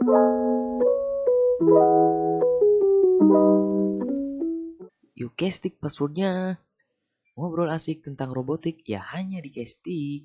Yuk Kestik passwordnya. Ngobrol asik tentang robotik ya hanya di Kestik.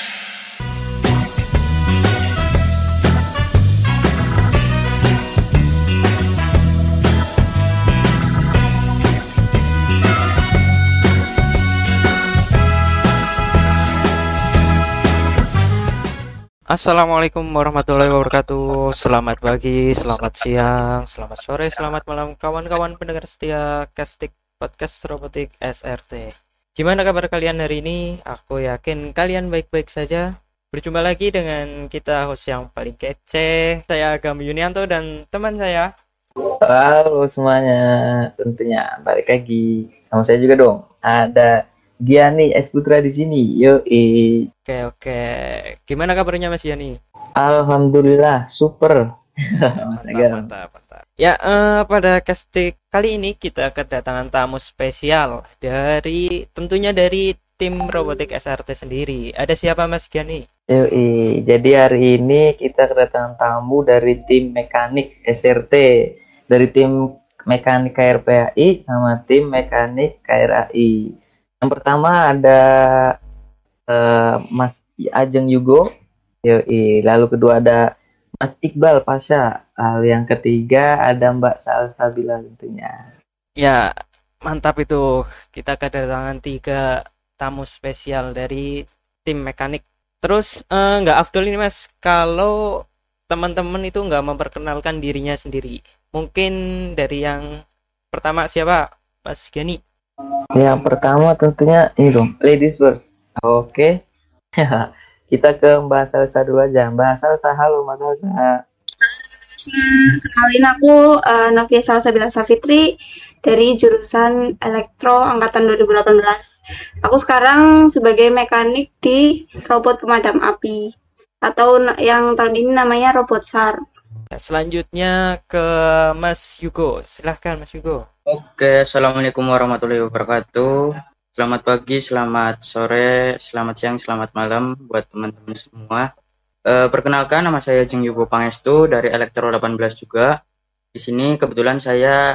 Assalamualaikum warahmatullahi wabarakatuh. Selamat pagi, selamat siang, selamat sore, selamat malam kawan-kawan pendengar setia Kestik Podcast Robotik SRT. Gimana kabar kalian hari ini? Aku yakin kalian baik-baik saja. Berjumpa lagi dengan kita host yang paling kece. Saya Agam Yunianto dan teman saya. Halo semuanya, tentunya balik lagi. Sama saya juga dong. Ada Giani S Putra di sini. Yoi. Oke. Gimana kabarnya Mas Yani? Alhamdulillah, super. Mantap. Ya, pada Kestik kali ini kita kedatangan tamu spesial tentunya dari tim robotik SRT sendiri. Ada siapa Mas Yani? Yoi. Jadi hari ini kita kedatangan tamu dari tim mekanik SRT, dari tim mekanik KRPAI sama tim mekanik KRAI. Yang pertama ada Mas Ajeng Yugo. Yoi. Lalu kedua ada Mas Iqbal Pasha. Lalu yang ketiga ada Mbak Salsabila tentunya. Ya, mantap itu. Kita kedatangan 3 tamu spesial dari tim mekanik. Terus nggak afdol ini Mas kalau teman-teman itu nggak memperkenalkan dirinya sendiri. Mungkin dari yang pertama siapa? Mas Gani. Yang pertama tentunya ini dong, ladies first. Oke. Kita ke Mbak Salsa dulu aja. Mbak Salsa, halo Mbak Salsa. Kenalin aku Novia Salsabila Safitri dari jurusan Elektro angkatan 2018. Aku sekarang sebagai mekanik di robot pemadam api atau yang tahun ini namanya robot SAR. Selanjutnya ke Mas Yugo. Silahkan Mas Yugo. Oke, assalamualaikum warahmatullahi wabarakatuh. Selamat pagi, selamat sore, selamat siang, selamat malam buat teman-teman semua. Perkenalkan, nama saya Jeng Yugo Pangestu dari Elektro 18 juga. Di sini kebetulan saya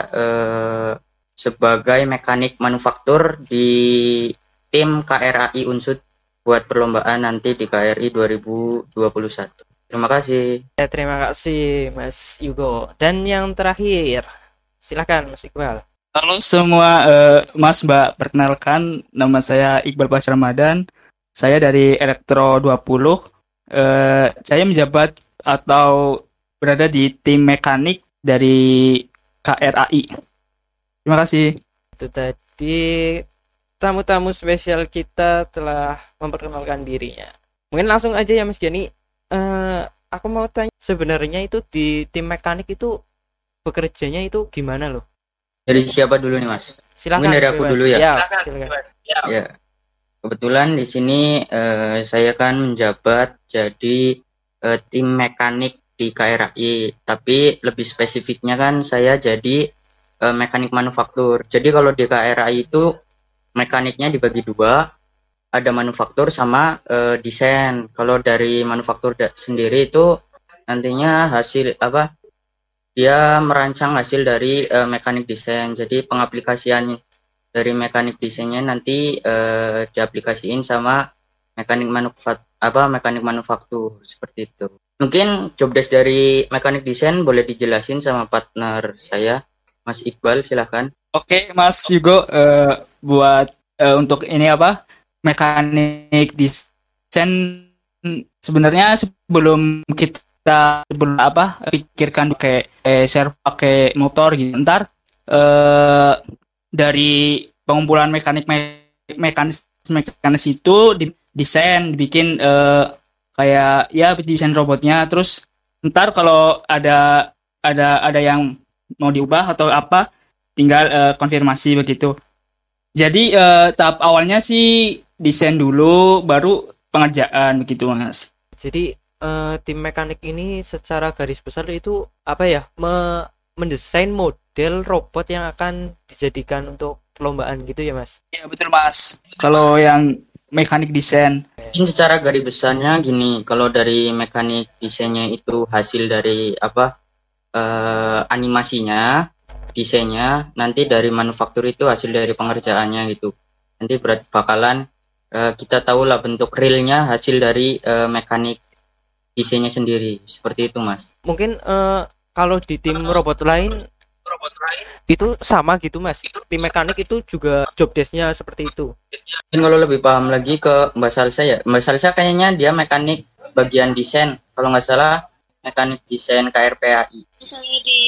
sebagai mekanik manufaktur di tim KRAI Unsud buat perlombaan nanti di KRI 2021. Terima kasih. Terima kasih Mas Yugo. Dan yang terakhir, silakan Mas Iqbal. Halo semua, Mas Mbak, perkenalkan nama saya Iqbal Pasha Ramadan. Saya dari Elektro 20. Saya menjabat atau berada di tim mekanik dari KRAI. Terima kasih. Itu tadi tamu-tamu spesial kita telah memperkenalkan dirinya. Mungkin langsung aja ya Mas Gani. Aku mau tanya, sebenarnya itu di tim mekanik itu bekerjanya itu gimana loh? Dari siapa dulu nih Mas? Silakan. Mungkin dari aku dulu ya. Silakan. Ya. Kebetulan di sini saya kan menjabat jadi tim mekanik di KRAI, tapi lebih spesifiknya kan saya jadi mekanik manufaktur. Jadi kalau di KRAI itu mekaniknya dibagi 2, ada manufaktur sama desain. Kalau dari manufaktur sendiri itu nantinya hasil dia merancang hasil dari mekanik desain. Jadi pengaplikasian dari mekanik desainnya nanti diaplikasiin sama mekanik manufaktur seperti itu. Mungkin job desk dari mekanik desain boleh dijelasin sama partner saya, Mas Iqbal, silahkan. Oke, Mas Yugo, buat untuk ini mekanik desain sebenarnya sebelum kita pikirkan kayak servo pakai motor gitu. Ntar dari pengumpulan mekanis itu desain dibikin kayak ya desain robotnya. Terus ntar kalau ada yang mau diubah atau apa tinggal konfirmasi begitu. Jadi tahap awalnya sih desain dulu baru pengerjaan begitu Mas. Jadi tim mekanik ini secara garis besar itu mendesain model robot yang akan dijadikan untuk perlombaan gitu ya Mas? Iya betul Mas. Kalau yang mekanik desain. Mungkin secara garis besarnya gini, kalau dari mekanik desainnya itu hasil dari animasinya, desainnya, nanti dari manufaktur itu hasil dari pengerjaannya gitu. Nanti bakalan kita tahu lah bentuk realnya hasil dari mekanik desainnya sendiri. Seperti itu, Mas. Mungkin kalau di tim robot lain itu sama gitu, Mas. Tim mekanik itu juga job desk-nya seperti itu. Mungkin kalau lebih paham lagi ke Mbak Salsa ya. Mbak Salsa kayaknya dia mekanik bagian desain. Kalau nggak salah mekanik desain KRPAI. Misalnya di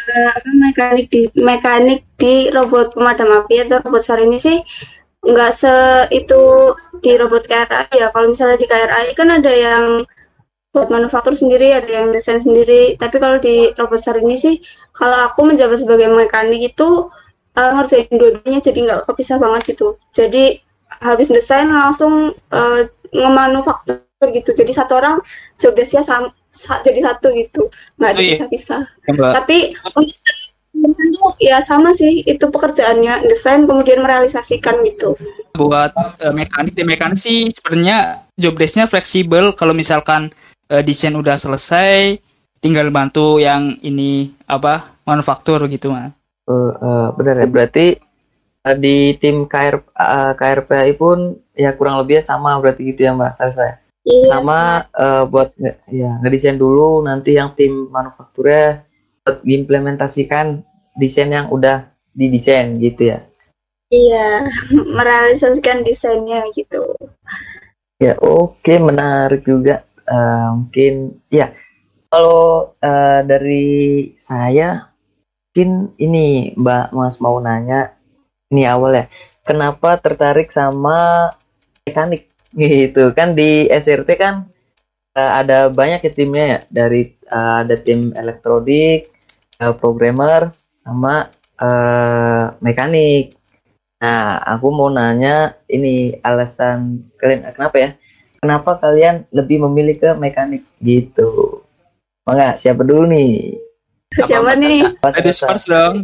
mekanik di robot pemadam api atau robot SAR ini sih nggak itu di robot KRAI ya. Kalau misalnya di KRAI kan ada yang buat manufaktur sendiri, ada yang desain sendiri. Tapi kalau di robot SAR ini sih, kalau aku menjabat sebagai mekanik itu ngerjain dua-duanya, jadi nggak kepisah banget gitu. Jadi habis desain langsung ngemanufaktur gitu. Jadi satu orang job desk-nya jadi satu gitu, nggak dipisah-pisah. Tapi untuk itu ya sama sih, itu pekerjaannya desain kemudian merealisasikan gitu. Buat mekanik sih sebenarnya job desk-nya fleksibel. Kalau misalkan desain udah selesai, tinggal bantu yang ini manufaktur gitu, Mas. Benar ya, berarti di tim KRPAI pun ya kurang lebih sama berarti gitu ya, Mbak Salsa. Iya, sama buat ngedesain dulu, nanti yang tim manufakturnya buat diimplementasikan desain yang udah didesain gitu ya. Iya, merealisasikan desainnya gitu. Ya, oke, menarik juga. Mungkin ya kalau dari saya mungkin ini Mbak Mas mau nanya ini awal ya, kenapa tertarik sama mekanik gitu kan? Di SRT kan ada banyak ya timnya ya, dari ada tim elektronik, programmer sama mekanik. Nah, aku mau nanya ini alasan kalian kenapa kalian lebih memilih ke mekanik gitu? Mangga, siapa dulu nih? Siapa nih? Ladies first dong.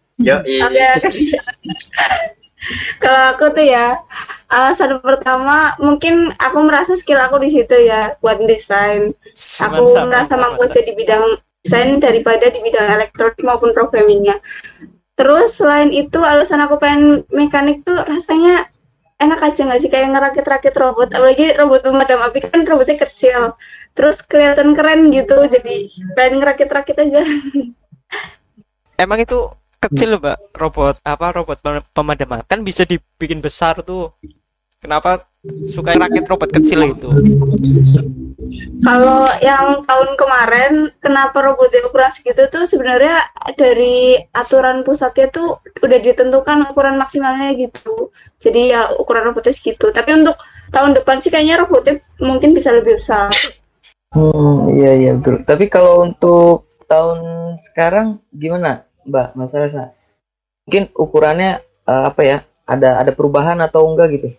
Kalau aku tuh ya, alasan pertama mungkin aku merasa skill aku di situ ya, buat desain. Aku merasa mampu aja di bidang desain daripada di bidang elektronik maupun programmingnya. Terus selain itu alasan aku pengen mekanik tuh rasanya enak aja nggak sih, kayak ngerakit-rakit robot, apalagi robot pemadam api kan robotnya kecil, terus kelihatan keren gitu, jadi pengen ngerakit-rakit aja. Emang itu kecil, Mbak, robot pemadam kan bisa dibikin besar tuh. Kenapa suka rakit robot kecil itu? Kalau yang tahun kemarin kenapa robotnya ukuran segitu tuh sebenarnya dari aturan pusatnya tuh udah ditentukan ukuran maksimalnya gitu. Jadi ya ukuran robotnya segitu. Tapi untuk tahun depan sih kayaknya robotnya mungkin bisa lebih besar. Iya betul. Tapi kalau untuk tahun sekarang gimana, Mbak Mas Rasa? Mungkin ukurannya ada perubahan atau enggak gitu?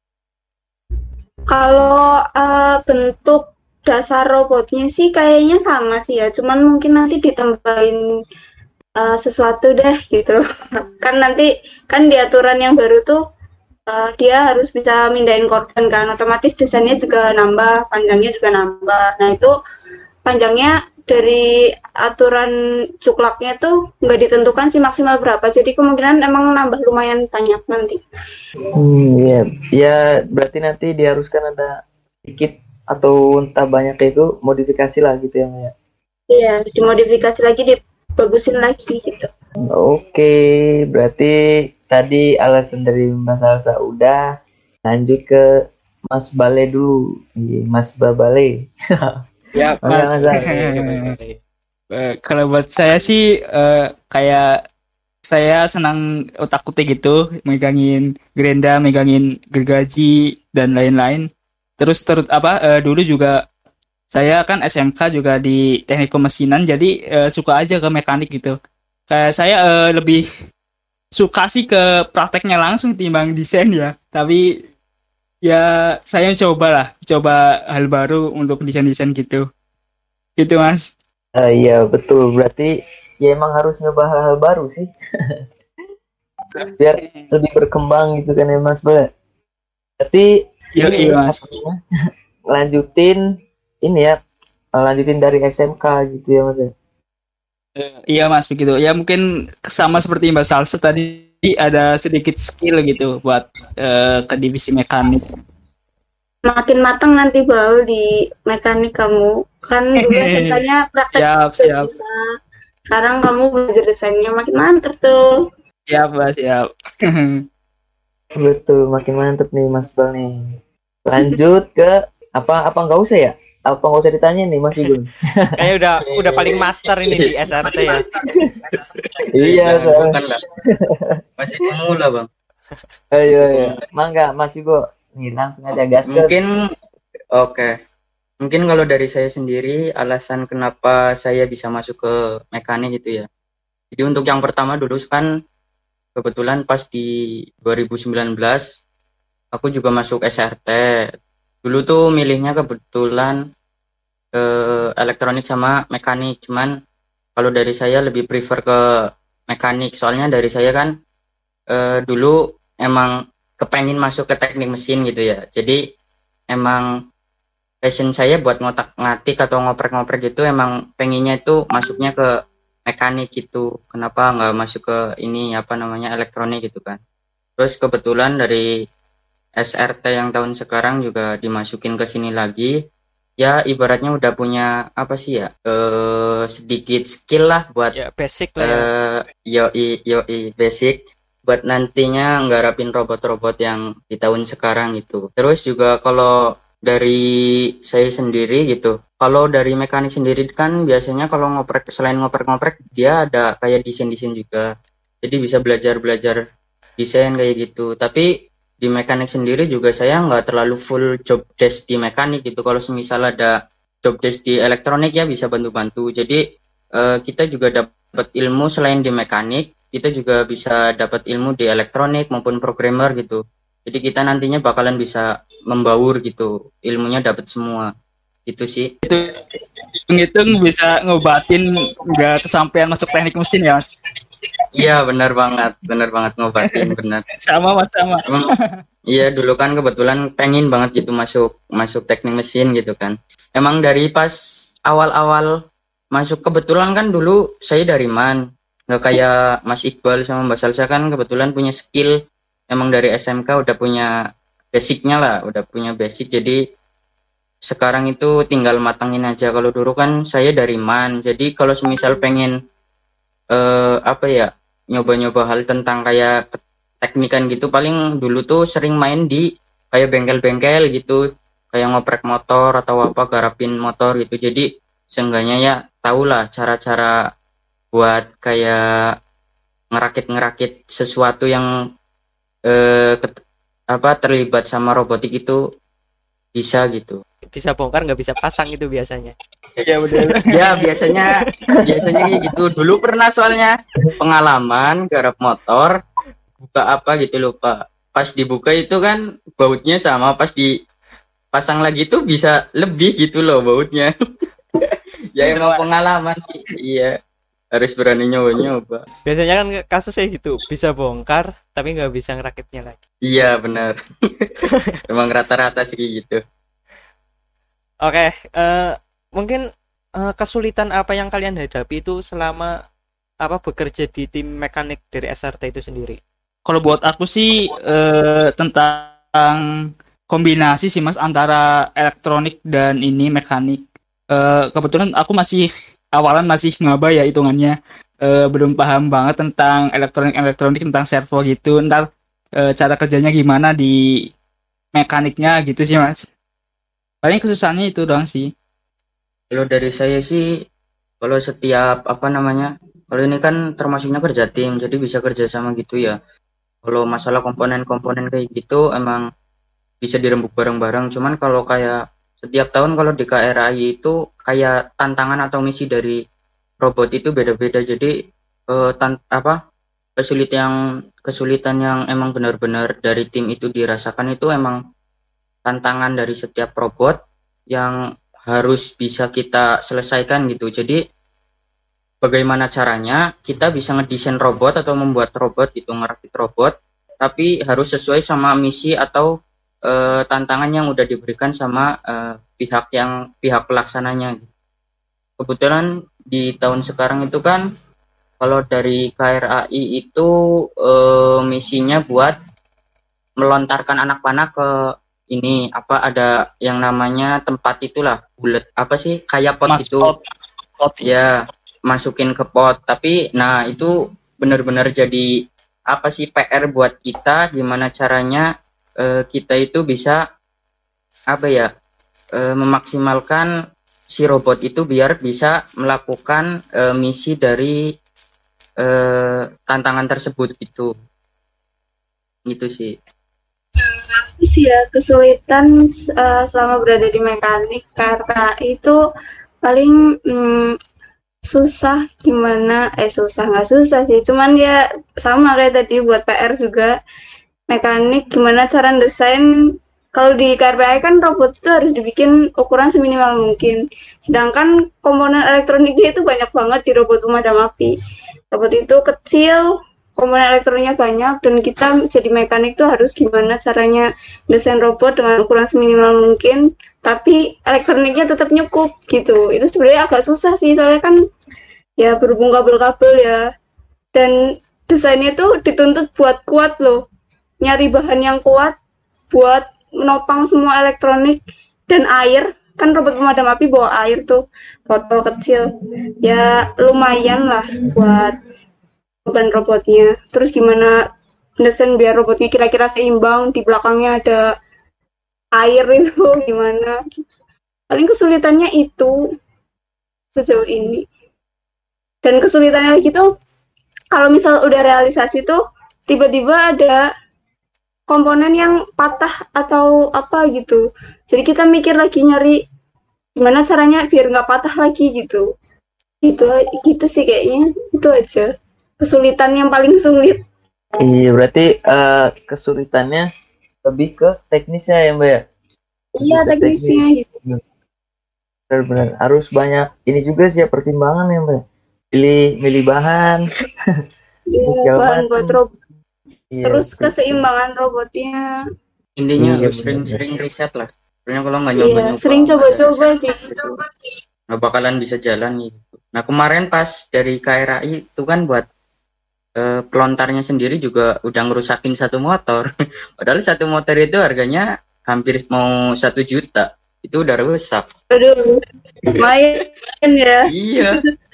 Kalau bentuk dasar robotnya sih kayaknya sama sih ya, cuman mungkin nanti ditambahin sesuatu deh gitu. Kan nanti kan di aturan yang baru tuh dia harus bisa mindahin korban kan, otomatis desainnya juga nambah, panjangnya juga nambah. Nah itu panjangnya dari aturan cuklaknya tuh nggak ditentukan sih maksimal berapa, jadi kemungkinan emang nambah lumayan banyak nanti. Ya berarti nanti diharuskan ada sedikit atau entah banyak itu modifikasi lah gitu ya, Maya? Iya, dimodifikasi lagi, dibagusin lagi gitu. Oke, berarti tadi alasan dari Mas Salsa udah, lanjut ke Mas Bale dulu. Mas Babale. Ya, Mas. Kalau buat saya sih kayak saya senang otak-atik gitu, megangin gerenda, megangin gergaji dan lain-lain. Terus dulu juga saya kan SMK juga di teknik pemesinan, jadi suka aja ke mekanik gitu. Kayak saya lebih suka sih ke prakteknya langsung timbang desain ya. Tapi ya saya coba hal baru untuk desain-desain gitu Mas. Iya betul, berarti ya emang harus nyoba hal-hal baru sih biar lebih berkembang gitu kan ya Mas. Berarti Iya, ini Mas. apa namanya, lanjutin ini ya, lanjutin dari SMK gitu ya Mas ya. Iya Mas begitu. Ya mungkin sama seperti Mbak Salsa tadi ada sedikit skill gitu buat ke divisi mekanik. Makin matang nanti baru di mekanik kamu. Kan dulu SMK-nya praktek Siap, udah siap. bisa. Sekarang kamu belajar desainnya makin mantep tuh. Siap, Mbak, siap. Betul, makin mantep nih Mas Bal nih. Lanjut ke apa nggak usah ya? Apa nggak usah ditanya nih Mas Igun? Kayak udah paling master ini di SRT ya. Iya, soalnya. bukan lah. Masih pemula, Bang. Ayo. Mangga Mas Igo. Nih langsung aja gas. Mungkin oke. Mungkin kalau dari saya sendiri alasan kenapa saya bisa masuk ke mekanik gitu ya. Jadi untuk yang pertama dulu kan kebetulan pas di 2019 aku juga masuk SRT. Dulu tuh milihnya kebetulan elektronik sama mekanik. Cuman kalau dari saya lebih prefer ke mekanik. Soalnya dari saya kan dulu emang kepengin masuk ke teknik mesin gitu ya. Jadi emang passion saya buat ngotak-ngatik atau ngoprek-ngoprek gitu emang pengennya itu masuknya ke mekanik gitu. Kenapa nggak masuk ke ini apa namanya elektronik gitu kan. Terus kebetulan dari SRT yang tahun sekarang juga dimasukin ke sini lagi. Ya ibaratnya udah punya apa sih ya sedikit skill lah buat Ya basic lah ya. yoi basic buat nantinya nggarapin robot-robot yang di tahun sekarang gitu. Terus juga kalau dari saya sendiri gitu, kalau dari mekanik sendiri kan biasanya kalau ngoprek selain ngoprek-ngoprek dia ada kayak desain-desain juga. Jadi bisa belajar-belajar desain kayak gitu. Tapi di mekanik sendiri juga saya nggak terlalu full job desk di mekanik gitu. Kalau semisal ada job desk di elektronik ya bisa bantu-bantu. Jadi kita juga dapat ilmu selain di mekanik, kita juga bisa dapat ilmu di elektronik maupun programmer gitu. Jadi kita nantinya bakalan bisa membaur gitu, ilmunya dapat semua. Itu sih. Ngitung bisa ngobatin nggak kesampaian masuk teknik mesin ya Mas. Iya benar banget ngobatin benar. Sama Mas sama. Iya dulu kan kebetulan pengen banget gitu masuk teknik mesin gitu kan. Emang dari pas awal-awal masuk kebetulan kan dulu saya dari MAN, nggak kayak Mas Iqbal sama Mbak Salsa kan kebetulan punya skill. Emang dari SMK udah punya basicnya lah, udah punya basic. Jadi sekarang itu tinggal matangin aja. Kalau dulu kan saya dari MAN, jadi kalau semisal pengen apa ya nyoba-nyoba hal tentang kayak teknikan gitu paling dulu tuh sering main di kayak bengkel-bengkel gitu, kayak ngoprek motor atau apa garapin motor gitu. Jadi seenggaknya ya tahulah cara-cara buat kayak ngerakit sesuatu yang terlibat sama robotik itu bisa gitu. Bisa bongkar nggak bisa pasang itu biasanya. Iya benar. Ya biasanya kayak gitu. Dulu pernah soalnya pengalaman garap motor buka apa gitu lupa. Pas dibuka itu kan bautnya sama, pas dipasang lagi tuh bisa lebih gitu loh bautnya. Ya emang pengalaman sih. Iya. Harus berani nyoba-nyoba. Biasanya kan kasusnya gitu, bisa bongkar tapi nggak bisa ngerakitnya lagi. Iya benar. Emang rata-rata sih gitu. Oke, mungkin kesulitan apa yang kalian hadapi itu selama bekerja di tim mekanik dari SRT itu sendiri? Kalau buat aku sih tentang kombinasi sih Mas antara elektronik dan ini mekanik. Kebetulan aku awalan masih maba ya hitungannya, belum paham banget tentang elektronik tentang servo gitu. Ntar cara kerjanya gimana di mekaniknya gitu sih Mas. Paling kesusahannya itu doang sih. Kalau dari saya sih, kalau setiap kalau ini kan termasuknya kerja tim, jadi bisa kerja sama gitu ya. Kalau masalah komponen-komponen kayak gitu emang bisa dirembuk bareng-bareng. Cuman kalau kayak setiap tahun kalau di KRAI itu kayak tantangan atau misi dari robot itu beda-beda. Jadi kesulitan yang emang benar-benar dari tim itu dirasakan itu emang tantangan dari setiap robot yang harus bisa kita selesaikan gitu. Jadi bagaimana caranya kita bisa ngedesain robot atau membuat robot gitu, ngerakit robot, tapi harus sesuai sama misi atau tantangan yang udah diberikan sama pihak pelaksananya. Kebetulan di tahun sekarang itu kan kalau dari KRAI itu misinya buat melontarkan anak panah ke ini apa ada yang namanya tempat itulah bulat apa sih kayak pot itu ya masukin ke pot, tapi nah itu benar-benar jadi apa sih PR buat kita gimana caranya kita itu bisa apa ya memaksimalkan si robot itu biar bisa melakukan misi dari tantangan tersebut gitu sih. Sih ya kesulitan selama berada di mekanik karena itu paling susah gimana susah nggak susah sih cuman ya sama kayak tadi buat PR juga mekanik gimana cara desain. Kalau di KRPI kan robot itu harus dibikin ukuran seminimal mungkin, sedangkan komponen elektroniknya itu banyak banget di robot pemadam api. Robot itu kecil, komponen elektroniknya banyak, dan kita jadi mekanik tuh harus gimana caranya desain robot dengan ukuran seminimal mungkin, tapi elektroniknya tetap nyukup gitu. Itu sebenarnya agak susah sih, soalnya kan ya berhubung kabel-kabel ya, dan desainnya tuh dituntut buat kuat loh, nyari bahan yang kuat buat menopang semua elektronik dan air. Kan robot pemadam api bawa air tuh, botol kecil. Ya lumayan lah buat beban robotnya. Terus gimana desain biar robotnya kira-kira seimbang, di belakangnya ada air itu gimana. Paling kesulitannya itu sejauh ini. Dan kesulitannya lagi tuh, kalau misal udah realisasi tuh, tiba-tiba ada komponen yang patah atau apa gitu. Jadi kita mikir lagi nyari gimana caranya biar nggak patah lagi gitu. Gitu sih kayaknya. Itu aja. Kesulitan yang paling sulit. Iya, berarti kesulitannya lebih ke teknisnya ya, Mbak ya? Iya, teknisnya gitu. Benar-benar harus banyak ini juga sih ya pertimbangan ya, Mbak. Milih bahan. Iya, bahan buat robot. Iya, terus keseimbangan robotnya. Intinya harus sering-sering riset lah. Karena kalau nggak nyoba-nyoba, sering coba-coba sih. Nggak bakalan bisa jalan gitu. Nah kemarin pas dari KRAI itu kan buat pelontarnya sendiri juga udah ngerusakin satu motor. Padahal satu motor itu harganya hampir mau 1 juta. Itu udah rusak. Aduh, lumayan ya. Iya.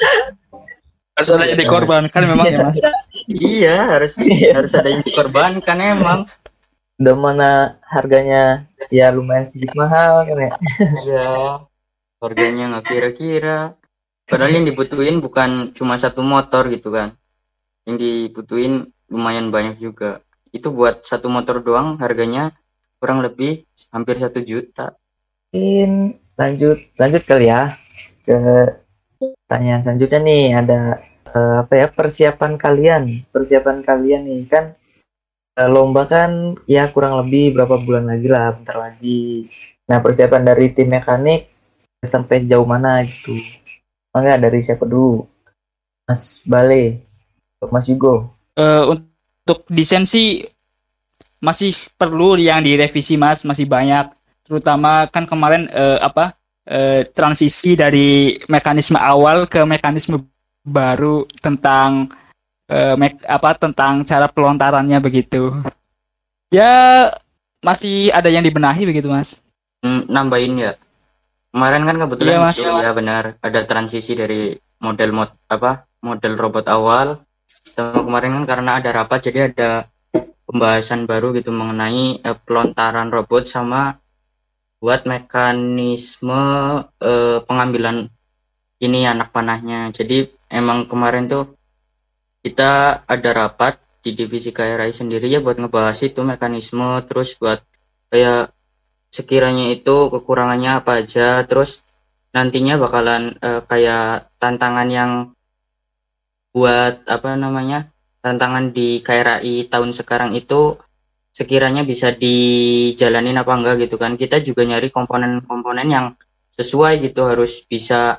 Harus ada yang dikorbankan memang ya Mas. Iya harus ada yang dikorbankan emang. Udah mana harganya ya lumayan sedikit mahal kan ya. Iya. Harganya nggak kira-kira. Padahal yang dibutuhin bukan cuma satu motor gitu kan. Yang dibutuhin lumayan banyak juga. Itu buat satu motor doang harganya kurang lebih hampir 1 juta. Mungkin lanjut kali ya ke pertanyaan selanjutnya nih. Ada persiapan kalian nih kan lomba kan ya kurang lebih berapa bulan lagi lah, bentar lagi. Nah persiapan dari tim mekanik sampai jauh mana gitu? Enggak, dari siapa dulu? Mas Bale, Mas Yugo. Untuk desain sih masih perlu yang direvisi Mas, masih banyak. Terutama kan kemarin transisi dari mekanisme awal ke mekanisme baru tentang tentang cara pelontarannya begitu. Ya masih ada yang dibenahi begitu Mas. Nambahin ya. Kemarin kan kebetulan iya, Mas. Itu ya benar ada transisi dari model robot awal sama kemarin kan karena ada rapat jadi ada pembahasan baru gitu mengenai pelontaran robot sama buat mekanisme pengambilan ini anak panahnya. Jadi emang kemarin tuh kita ada rapat di divisi KRAI sendiri ya buat ngebahas itu mekanisme, terus buat kayak sekiranya itu kekurangannya apa aja, terus nantinya bakalan kayak tantangan yang buat tantangan di KRAI tahun sekarang itu sekiranya bisa dijalanin apa enggak gitu kan. Kita juga nyari komponen-komponen yang sesuai gitu, harus bisa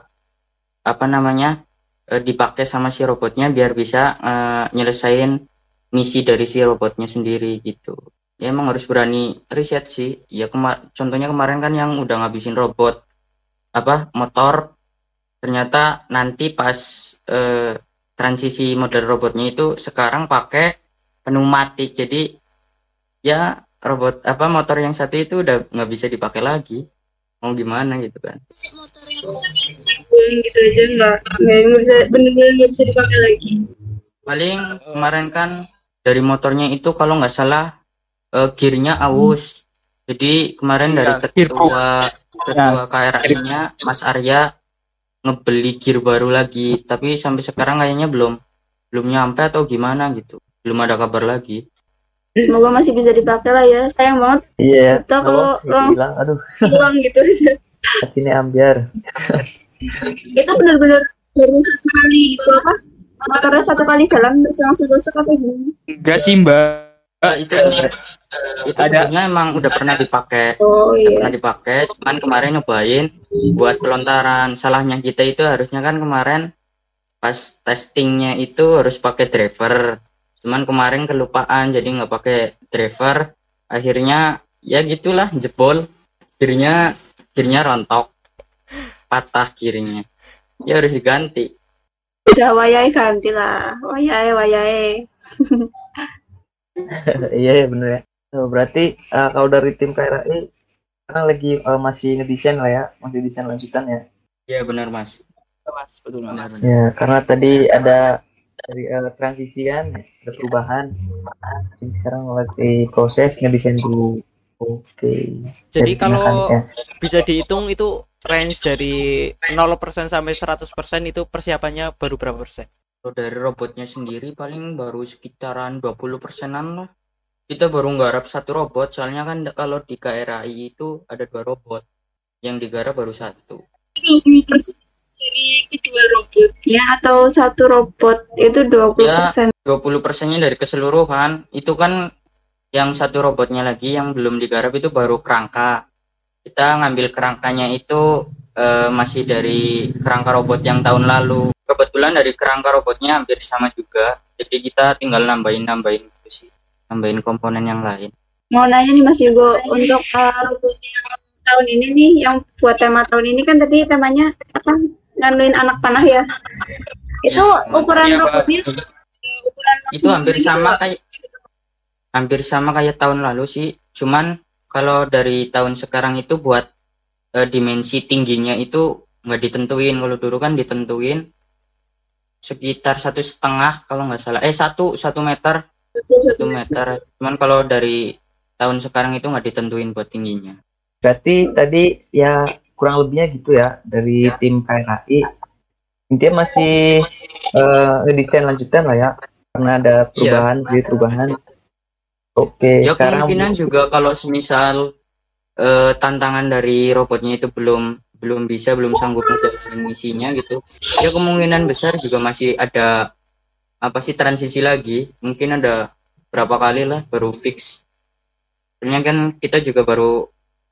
dipakai sama si robotnya biar bisa nyelesain misi dari si robotnya sendiri gitu. Ya emang harus berani riset sih. Ya contohnya kemarin kan yang udah ngabisin robot motor, ternyata nanti pas transisi model robotnya itu sekarang pakai pneumatik. Jadi ya robot motor yang satu itu udah nggak bisa dipakai lagi. Mau gimana gitu kan? Motor yang rusak gitu aja nggak bisa benar-benar nggak bisa dipakai lagi. Paling kemarin kan dari motornya itu kalau nggak salah gearnya aus. Jadi kemarin dari ketua KRI-nya Mas Arya ngebeli gear baru lagi, tapi sampai sekarang kayaknya belum nyampe atau gimana gitu. Belum ada kabar lagi. Semoga masih bisa dipakai lah ya. Sayang banget. Iya. Atau kalau hilang, aduh. Hilang gitu aja. Ini ambiar. Itu benar-benar baru satu kali itu motornya satu kali jalan terus langsung rusak apa gimana? Enggak sih Mbak. Itu sebenarnya emang udah pernah dipakai. Pernah dipakai, cuman kemarin nyobain buat pelontaran. Salahnya kita itu harusnya kan kemarin pas testingnya itu harus pakai driver. Cuman kemarin kelupaan jadi nggak pakai driver. Akhirnya ya gitulah jebol. Gearnya rontok. Patah gearnya. Ya harus diganti. Udah wayai ganti lah. Wayai. Iya bener ya. Berarti kalau dari tim KRI sekarang lagi masih ngedesain lah ya, masih desain lanjutan ya. Iya benar Mas. Betul Mas. Ya karena tadi ada dari transisi kan, ada perubahan. Sekarang lagi proses ngedesain dulu. Oke. Jadi kalau bisa dihitung itu range dari 0% sampai 100% itu persiapannya baru berapa persen? Kalau dari robotnya sendiri paling baru sekitaran 20%-an lah. Kita baru nggarap satu robot, soalnya kan kalau di KRI itu ada 2 robot. Yang digarap baru 1. Ini dari kedua robotnya atau satu robot itu 20%? Ya, 20%-nya dari keseluruhan. Itu kan yang satu robotnya lagi yang belum digarap itu baru kerangka. Kita ngambil kerangkanya itu masih dari kerangka robot yang tahun lalu. Kebetulan dari kerangka robotnya hampir sama juga. Jadi kita tinggal nambahin gitu sih. Nambahin komponen yang lain. Mau nanya nih Mas Yugo, untuk robotnya tahun ini nih, yang buat tema tahun ini kan tadi temanya nganuin anak panah ya. Itu ukuran robotnya ukuran itu hampir sama kayak tahun lalu sih. Cuman kalau dari tahun sekarang itu buat dimensi tingginya itu nggak ditentuin. Kalau dulu kan ditentuin sekitar 1,5 kalau nggak salah. 1 meter. 1 meter. Cuman kalau dari tahun sekarang itu nggak ditentuin buat tingginya. Berarti tadi ya kurang lebihnya gitu ya dari tim KRI. Intinya masih ngedesain lanjutan lah ya, karena ada perubahan. Oke. Ya kemungkinan juga kalau semisal tantangan dari robotnya itu belum sanggup menjalani misinya gitu. Ya kemungkinan besar juga masih ada transisi lagi. Mungkin ada berapa kali lah baru fix. Soalnya kan kita juga baru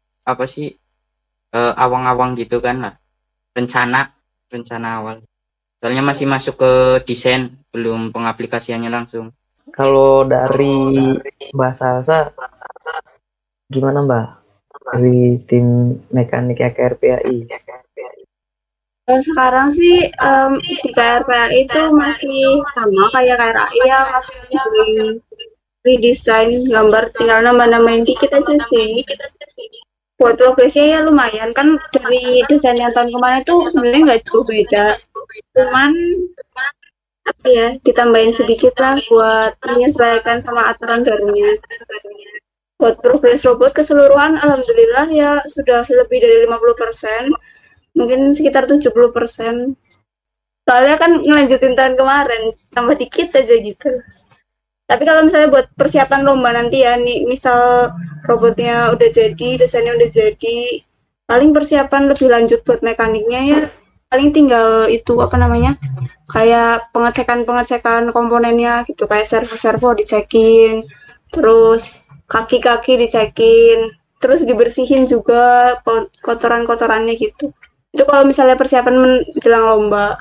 awang-awang gitu kan lah. Rencana awal. Soalnya masih masuk ke desain, belum pengaplikasiannya langsung. Kalau dari Mbak Salsa gimana Mbak? Dari tim mekanik KRPAI? Sekarang sih di KRPAI itu masih sama kayak KRI ya, masih redesign gambar, tinggal nambah-nambahin dikit aja sih. Buat progresnya ya lumayan kan, dari desain yang tahun kemarin itu sebenarnya nggak jauh beda, cuman ditambahin sedikit lah buat menyesuaikan sama aturan barunya. Buat progres robot keseluruhan alhamdulillah ya sudah lebih dari 50%, mungkin sekitar 70%. Soalnya kan ngelanjutin tahun kemarin, tambah dikit aja gitu. Tapi kalau misalnya buat persiapan lomba nanti ya, nih misal robotnya udah jadi, desainnya udah jadi, paling persiapan lebih lanjut buat mekaniknya ya, paling tinggal itu kayak pengecekan komponennya gitu, kayak servo dicekin, terus kaki-kaki dicekin, terus dibersihin juga kotoran-kotorannya gitu. Itu kalau misalnya persiapan menjelang lomba.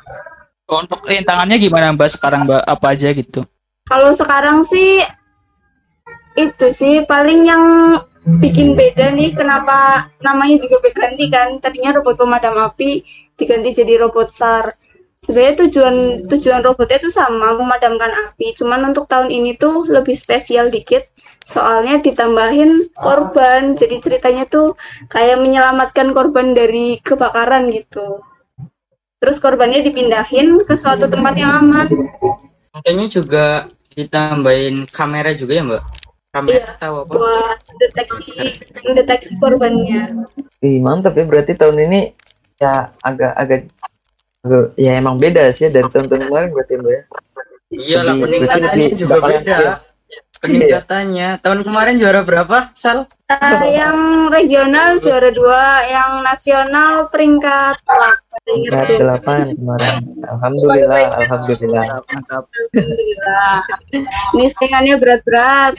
Untuk rintangannya gimana Mbak sekarang Mbak? Apa aja gitu? Kalau sekarang sih Itu sih paling yang bikin beda nih, kenapa namanya juga berganti kan. Tadinya robot pemadam api diganti jadi robot SAR. Sebenarnya tujuan robotnya itu sama, memadamkan api. Cuman untuk tahun ini tuh lebih spesial dikit. Soalnya ditambahin korban. Jadi ceritanya tuh kayak menyelamatkan korban dari kebakaran gitu. Terus korbannya dipindahin ke suatu tempat yang aman. Makanya juga ditambahin kamera juga ya Mbak? Kamera Iya, tahu apa? buat deteksi korbannya. Mantap ya, berarti tahun ini ya agak ya emang beda sih dari tahun-tahun kemarin berarti Mbak ya. Iya lah, Lebih- peningkatannya berarti juga lebih beda. bakal- Peningkatannya. Tahun kemarin juara berapa, Sal? Yang regional juara 2, yang nasional peringkat 8. Peringkat 8 kemarin. Alhamdulillah. Mantap. Alhamdulillah. Ini saingannya berat-berat.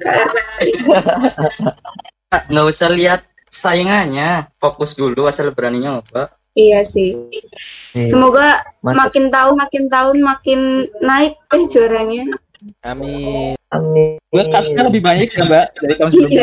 Nggak usah lihat saingannya, fokus dulu asal beraninya Mbak. Iya sih. Iya, Semoga mantap. makin tahun makin naik juaranya. Amin. Amin. Gue tasnya lebih baik ya Mbak dari tahun Iya. sebelumnya.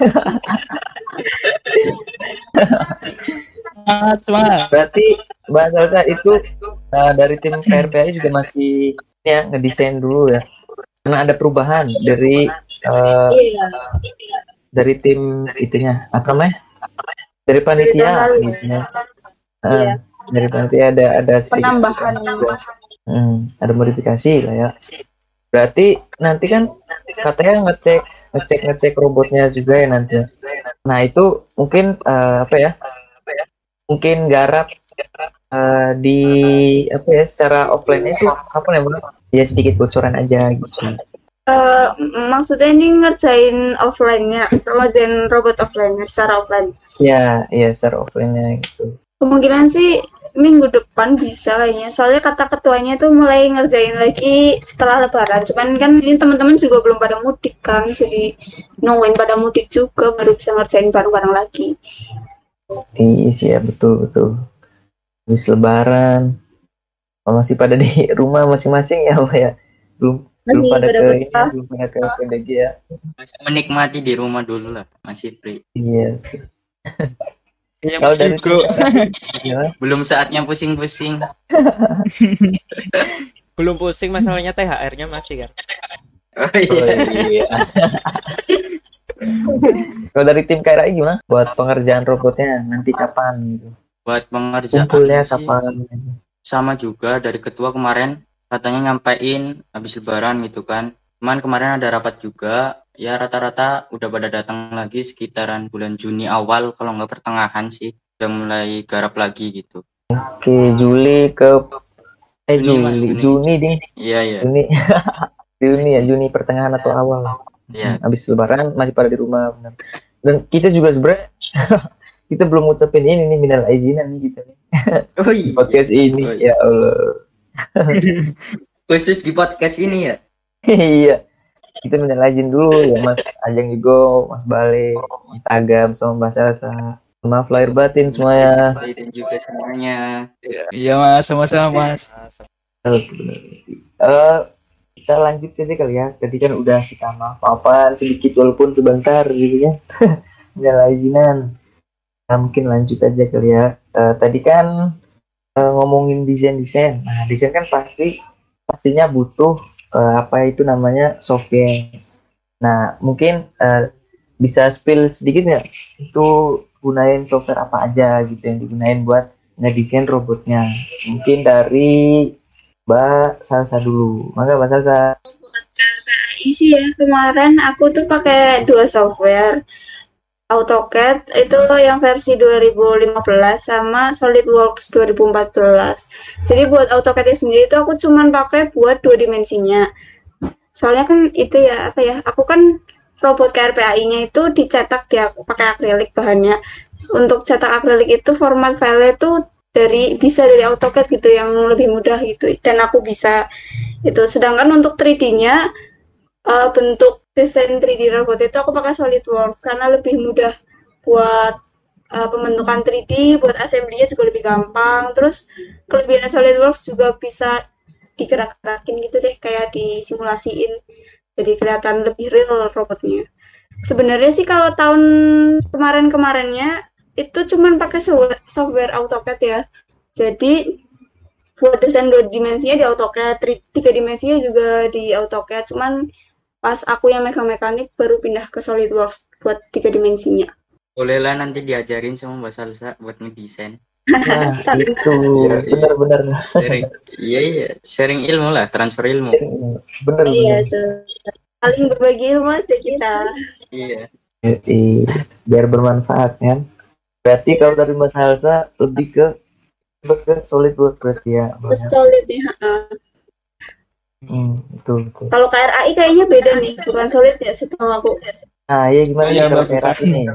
Semangat. Berarti Mbak Salsa itu dari tim KRPI juga masih ya ngedesain dulu ya. Karena ada perubahan dari Iya. dari tim itunya apa namanya? Dari panitia tahun lalu. gitu ya. Iya. Dari panitia ada sedikit Penambahan. juga. Ada modifikasi lah ya. Berarti nanti kan katanya ngecek robotnya juga ya nanti. Nah itu mungkin apa ya? Mungkin garap di apa ya secara offline itu apa namanya? Ya sedikit bocoran aja gitu. Maksudnya ini ngerjain offline-nya, ngerjain robot offline secara offline. Ya secara offline-nya gitu. Kemungkinan sih minggu depan bisa kayaknya. Soalnya kata ketuanya tuh mulai ngerjain lagi setelah lebaran. Cuman kan ini teman-teman juga belum pada mudik kan. Jadi nungguin pada mudik juga baru bisa ngerjain bareng-bareng lagi. Iya sih ya betul. Habis lebaran masih pada di rumah masing-masing ya Mbak ya. Belum pada ke ini, belum pada ke PDG ya. Masih menikmati di rumah dulu lah, masih free. Iya. Iya Kalau Mas dari Hugo. gimana? Belum saatnya pusing-pusing. Belum pusing masalahnya THR-nya masih kan. Oh Oh, iya. iya. Kalau dari tim KRI gimana? Buat pengerjaan robotnya nanti kapan gitu? Buat pengerjaan Kumpulnya sih kapan? sama juga dari ketua kemarin katanya nyampein habis lebaran gitu kan. Cuman kemarin ada rapat juga, ya rata-rata udah pada datang lagi sekitaran bulan Juni awal kalau nggak pertengahan sih udah mulai garap lagi gitu. Oke, Juli ke Juni, Mas, Juni. Juni ding. Iya. Juni. Juni ya, Juni pertengahan atau awal. Iya. Habis lebaran masih pada di rumah benar. Dan kita juga sebenarnya kita belum ngucapin ini nih minal aizinan nih kita nih. Oh iya. Podcast ini Oh, iya. ya Allah. Khusus di podcast ini ya. Iya. Kita minal aizin dulu ya Mas Ajeng juga, Mas Bale, Mas Agam sama Mbak Salsa. Maaf lahir batin semuanya. Dan juga semuanya. Iya Mas, sama-sama Mas. Kita lanjut aja kali ya. Tadi kan udah kita maaf-maafan sedikit walaupun sebentar gitu ya. Minal aizinan. Nah, mungkin lanjut aja kali ya. Tadi kan ngomongin desain. Nah, desain kan pastinya butuh apa itu namanya software. Nah, mungkin bisa spill sedikit nggak itu gunain software apa aja gitu yang digunain buat ngedesain robotnya. Mungkin dari Mbak Salsa dulu. Maka Mbak Salsa. KRPI sih ya, kemarin aku tuh pakai 2 software. AutoCAD itu yang versi 2015 sama SolidWorks 2014. Jadi buat AutoCAD sendiri itu aku cuman pakai buat 2 dimensinya. Soalnya kan itu ya apa ya? Aku kan robot KRPAI-nya itu dicetak pakai akrilik bahannya. Untuk cetak akrilik itu format file itu bisa dari AutoCAD gitu yang lebih mudah gitu. Dan aku bisa itu. Sedangkan untuk 3D-nya bentuk desain 3D robot itu aku pakai SolidWorks karena lebih mudah buat pembentukan 3D, buat assembly-nya juga lebih gampang. Terus kelebihan SolidWorks juga bisa digerak-gerakin gitu deh, kayak disimulasiin. Jadi kelihatan lebih real robotnya. Sebenarnya sih kalau tahun kemarin-kemarinnya itu cuman pakai software AutoCAD ya. Jadi buat desain 2 dimensinya di AutoCAD, 3 dimensinya juga di AutoCAD. Cuman pas aku yang mekanik baru pindah ke SolidWorks buat 3 dimensinya. Bolehlah nanti diajarin sama Mbak Salsa buat ngedesain. Nah, itu benar-benar Sharing, iya, sharing ilmu lah, transfer ilmu. benar. Iya, saling berbagi ilmu aja kita. Iya. Jadi biar bermanfaat kan. Berarti kalau dari Mas Halsa lebih ke SolidWorks berarti ya. Solid ya. Betul. Kalau KRAI kayaknya beda nih, bukan Solid ya setahu aku. Nah, ya gimana Iya, kalau Mbak. KRAI ini?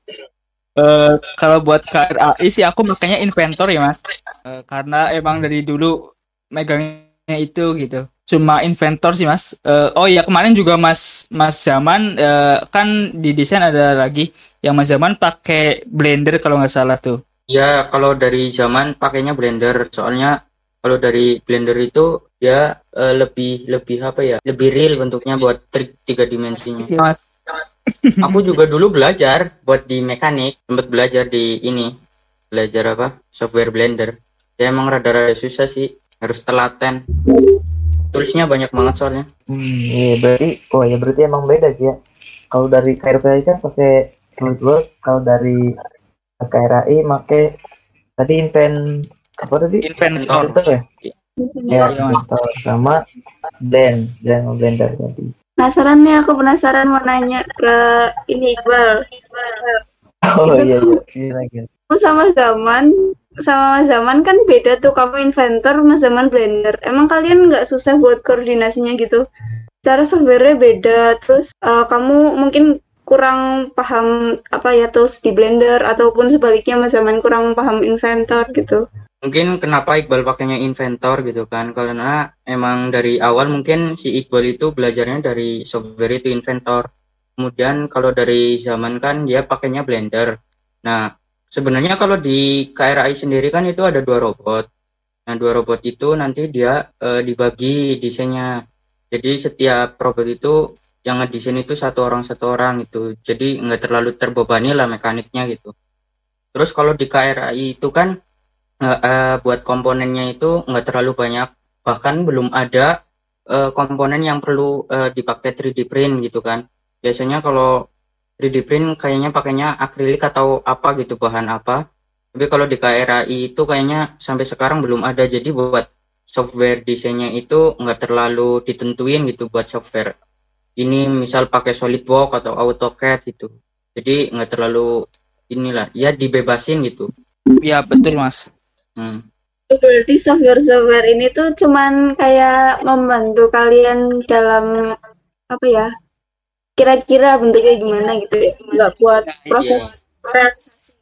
Kalau buat KRAI sih aku makanya inventor ya Mas. Karena emang dari dulu megangnya itu gitu. Cuma inventor sih Mas. Oh ya kemarin juga Mas Zaman kan di desain ada lagi yang Mas Zaman pakai Blender kalau nggak salah tuh. Ya, kalau dari Zaman pakainya Blender, soalnya kalau dari Blender itu dia lebih apa ya? Lebih real bentuknya buat 3 dimensinya. Iya, Mas. Aku juga dulu belajar buat di mekanik, sempat belajar di ini, belajar apa? Software Blender. Ya emang rada-rada susah sih, harus telaten. Tulisnya banyak banget soalnya. Iya berarti emang beda sih ya. Kalau dari KRPI kan pakai SolidWorks, kalau dari KRAI pakai tadi Inventor. Inventor ya? Ya, Inventor sama Blender tadi. Penasaran nih, aku penasaran mau nanya ke ini Iqbal. Oh iya lagi. Aku sama zaman kan beda tuh, kamu inventor, Mas Zaman Blender. Emang kalian nggak susah buat koordinasinya gitu? Cara software-nya beda, terus kamu mungkin kurang paham apa ya tools di Blender, ataupun sebaliknya Mas Zaman kurang paham inventor gitu. Mungkin kenapa Iqbal pakainya inventor gitu kan, karena emang dari awal mungkin si Iqbal itu belajarnya dari software itu inventor. Kemudian kalau dari Zaman kan dia pakainya Blender. Nah, sebenarnya kalau di KRAI sendiri kan itu ada 2 robot. Nah, 2 robot itu nanti dia dibagi desainnya. Jadi setiap robot itu yang ngedesain itu satu orang gitu. Jadi nggak terlalu terbebani lah mekaniknya gitu. Terus kalau di KRAI itu kan buat komponennya itu nggak terlalu banyak, bahkan belum ada komponen yang perlu dipakai 3D print gitu kan. Biasanya kalau 3D print kayaknya pakainya akrilik atau apa gitu, bahan apa. Tapi kalau di KRAI itu kayaknya sampai sekarang belum ada, jadi buat software desainnya itu nggak terlalu ditentuin gitu buat software. Ini misal pakai SolidWorks atau AutoCAD gitu. Jadi nggak terlalu inilah, ya dibebasin gitu. Iya betul Mas. Berarti software ini tuh cuman kayak membantu kalian dalam apa ya? Kira-kira bentuknya gimana gitu ya? Nggak buat proses realisasi.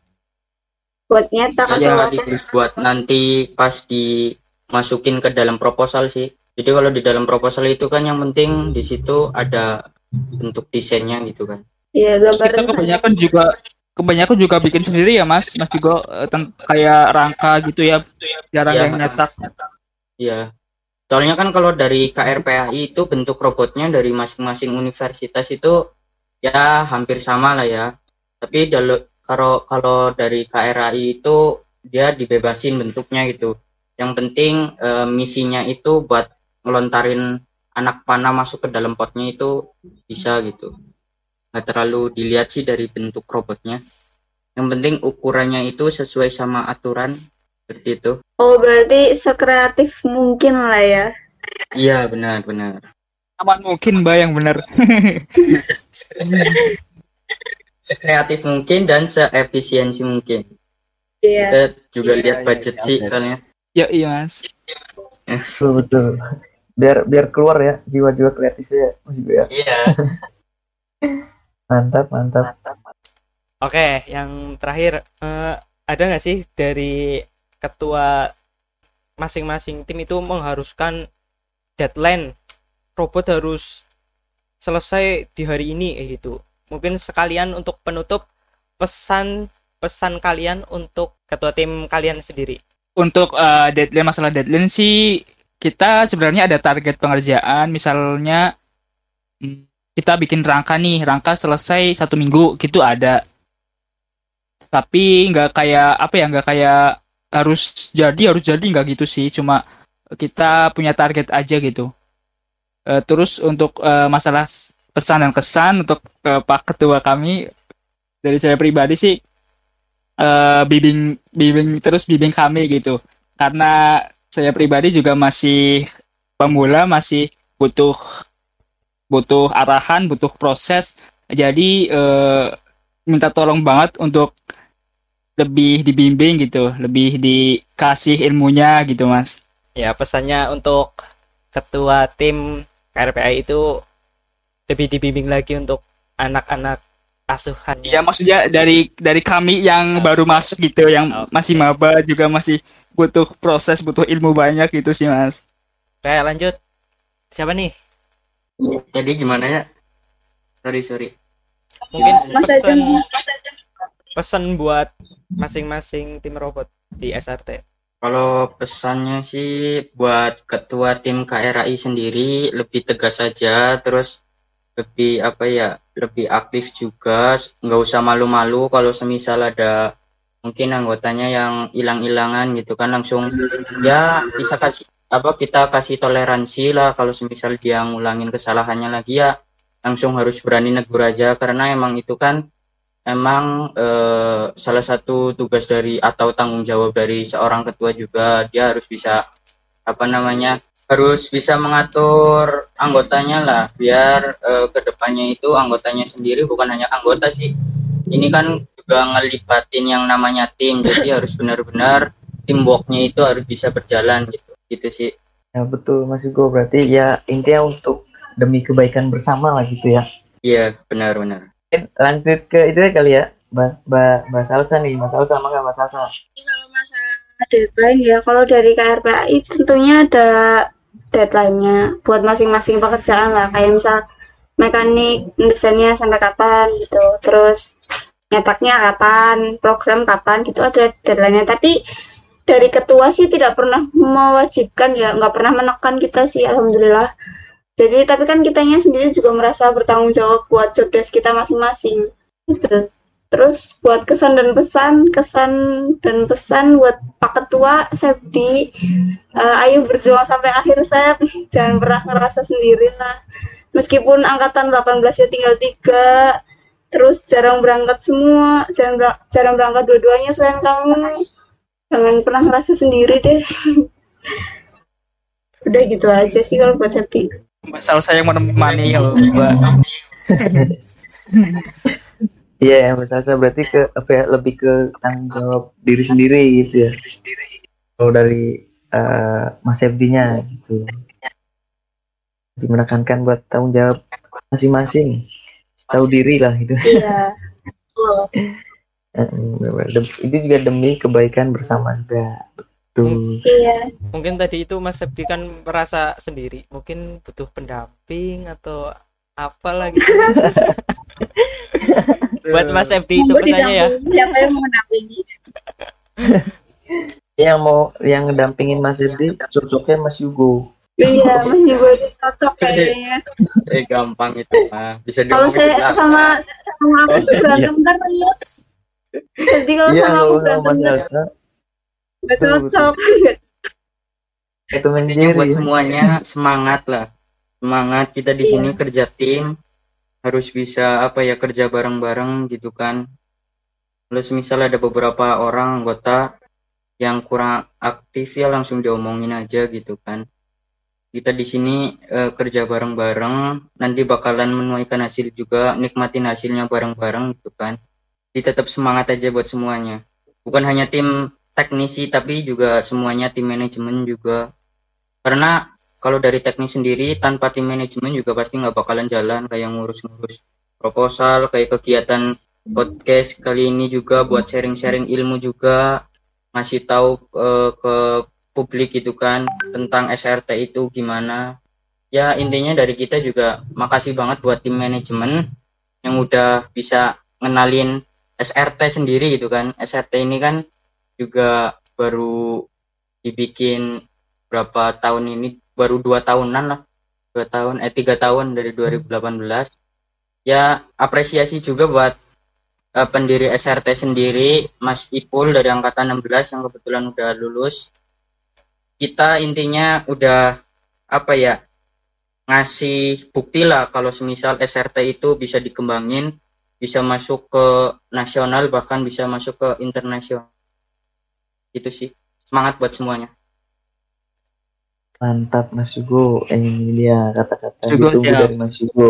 Buat nyetak atau apa? Terus buat nanti pas dimasukin ke dalam proposal sih. Jadi kalau di dalam proposal itu kan yang penting di situ ada bentuk desainnya gitu kan. Iya, Kita kebanyakan juga bikin sendiri ya Mas juga kayak rangka gitu ya, jarang yang nyetak. Iya. Soalnya kan kalau dari KRPAI itu bentuk robotnya dari masing-masing universitas itu ya hampir sama lah ya. Tapi kalau dari KRAI itu dia dibebasin bentuknya gitu. Yang penting misinya itu buat ngelontarin anak panah masuk ke dalam potnya itu bisa gitu. Nggak terlalu dilihat sih dari bentuk robotnya. Yang penting ukurannya itu sesuai sama aturan, seperti itu. Oh, berarti sekreatif mungkin lah ya. Iya, benar. Aman mungkin Mbak yang benar. Sekreatif mungkin dan seefisiensi mungkin. Iya. Kita juga lihat budget sih soalnya. Ya iya Mas. Betul. Biar keluar ya jiwa-jiwa kreatifnya juga ya. Iya. Mantap. Oke, yang terakhir ada nggak sih dari ketua masing-masing tim itu mengharuskan deadline robot harus selesai di hari ini gitu. Mungkin sekalian untuk penutup pesan kalian untuk ketua tim kalian sendiri. Untuk masalah deadline sih kita sebenarnya ada target pengerjaan, misalnya kita bikin rangka selesai 1 minggu gitu ada. Tapi nggak kayak nggak kayak harus jadi nggak gitu sih, cuma kita punya target aja gitu. Terus untuk masalah pesan dan kesan untuk Pak Ketua kami, dari saya pribadi sih bimbing kami gitu, karena saya pribadi juga masih pemula, masih butuh arahan, butuh proses. Jadi minta tolong banget untuk lebih dibimbing gitu, lebih dikasih ilmunya gitu, Mas. Ya, pesannya untuk ketua tim KRPI itu lebih dibimbing lagi untuk anak-anak asuhannya. Ya, maksudnya dari kami yang baru masuk gitu, yang masih maba juga masih butuh proses, butuh ilmu banyak gitu sih, Mas. Oke, lanjut. Siapa nih? Jadi gimana ya? Sorry. Mungkin Mas pesan Ajeng. pesan buat masing-masing tim robot di SRT. Kalau pesannya sih buat ketua tim KRAI sendiri lebih tegas saja, terus lebih aktif juga, nggak usah malu-malu kalau semisal ada mungkin anggotanya yang hilang-hilangan gitu kan, langsung ya bisa kita kasih toleransi lah. Kalau semisal dia ngulangin kesalahannya lagi ya langsung harus berani negur aja, karena emang itu kan salah satu tugas dari atau tanggung jawab dari seorang ketua juga. Dia harus bisa harus bisa mengatur anggotanya lah, biar kedepannya itu anggotanya sendiri bukan hanya anggota sih, ini kan juga ngelibatin yang namanya tim, jadi harus benar-benar teamworknya itu harus bisa berjalan gitu sih. Ya betul Mas Hugo, berarti ya intinya untuk demi kebaikan bersama lah gitu ya. Iya, benar. Lanjut ke itu ya kali ya, Mbak Salsa nih. Mas Salsa sama nggak Mas Salsa? Kalau masalah deadline ya, kalau dari KRPAI tentunya ada deadline-nya buat masing-masing pekerjaan lah, kayak misal mekanik desainnya sampai kapan gitu, terus nyetaknya kapan, program kapan gitu, ada deadline-nya. Tapi dari ketua sih tidak pernah mewajibkan ya, nggak pernah menekan kita sih, alhamdulillah. Jadi tapi kan kitanya sendiri juga merasa bertanggung jawab buat job desk kita masing-masing gitu. Terus buat kesan dan pesan buat Pak Ketua Sepdi, ayo berjuang sampai akhir Sep, jangan pernah ngerasa sendiri lah. Meskipun angkatan 18 ya tinggal 3, terus jarang berangkat semua, jarang berangkat dua-duanya selain kamu, jangan pernah ngerasa sendiri deh. Udah gitu aja sih kalau buat Sepdi. Masalah saya yang menemani kalau Mbak. Iya, Mas Salsa berarti lebih ke tanggung jawab diri sendiri gitu ya. Kalau dari Mas Sepdi-nya gitu. Lebih menekankan buat tanggung jawab masing-masing. Tahu diri lah gitu. Iya. Itu juga demi kebaikan bersama juga. Tuh. Iya. Mungkin tadi itu Mas Sepdi kan merasa sendiri, mungkin butuh pendamping atau apalah gitu. Buat Mas Sepdi itu pesannya ya. Siapa yang mau mendampingi? Yang ngedampingin Mas Sepdi cocoknya Mas Hugo. Iya, Mas Hugo itu cocok kayaknya. Gampang itu mah. Bisa Kalau saya sama aku tuh berantem terus. Jadi kalau sama aku berantem nggak cocok. Itu intinya buat semuanya semangat lah. Semangat, kita di sini kerja tim, harus bisa kerja bareng-bareng gitu kan. Kalau misal ada beberapa orang anggota yang kurang aktif ya langsung diomongin aja gitu kan. Kita di sini kerja bareng-bareng, nanti bakalan menuaikan hasil juga, nikmatin hasilnya bareng-bareng gitu kan. Jadi tetap semangat aja buat semuanya. Bukan hanya tim teknisi tapi juga semuanya, tim manajemen juga. Karena kalau dari teknis sendiri tanpa tim manajemen juga pasti nggak bakalan jalan, kayak ngurus-ngurus proposal, kayak kegiatan podcast kali ini juga buat sharing-sharing ilmu juga, ngasih tahu ke publik gitu kan tentang SRT itu gimana. Ya intinya dari kita juga makasih banget buat tim manajemen yang udah bisa ngenalin SRT sendiri gitu kan. SRT ini kan juga baru dibikin berapa tahun ini, baru 2 tahunan lah 3 tahun dari 2018. Ya apresiasi juga buat pendiri SRT sendiri, Mas Ipul dari angkatan 16 yang kebetulan udah lulus. Kita intinya udah ngasih bukti lah kalau semisal SRT itu bisa dikembangin, bisa masuk ke nasional, bahkan bisa masuk ke internasional. Itu sih, semangat buat semuanya. Mantap Mas Hugo, ini dia kata-kata Hugo, ditunggu siap. dari Mas Hugo.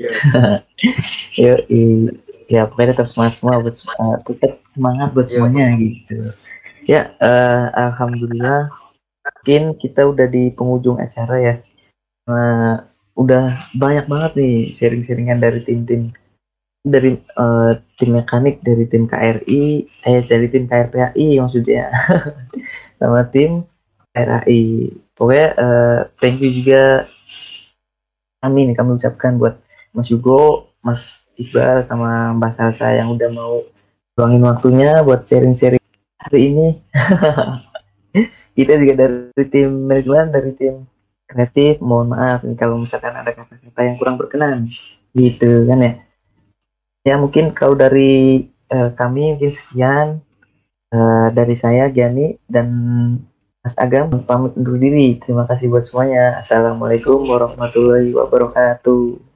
Yuk, ya pokoknya tetap semangat semua, tetap semangat buat semuanya gitu. Ya, alhamdulillah, mungkin kita udah di penghujung acara ya. Udah banyak banget nih sharing-sharingan dari tim-tim, dari tim mekanik, dari tim KRI, dari tim KRPAI maksudnya, sama tim KRAI. Pokoknya thank you juga kami ucapkan buat Mas Hugo, Mas Iqbal, sama Mbak Salsa yang udah mau luangin waktunya buat sharing-sharing hari ini. Kita juga dari tim manajemen, dari tim kreatif, mohon maaf nih kalau misalkan ada kata-kata yang kurang berkenan gitu kan ya. Ya mungkin kalau dari kami mungkin sekian, dari saya Gianni dan Mas Agam pamit undur diri. Terima kasih buat semuanya. Assalamualaikum warahmatullahi wabarakatuh.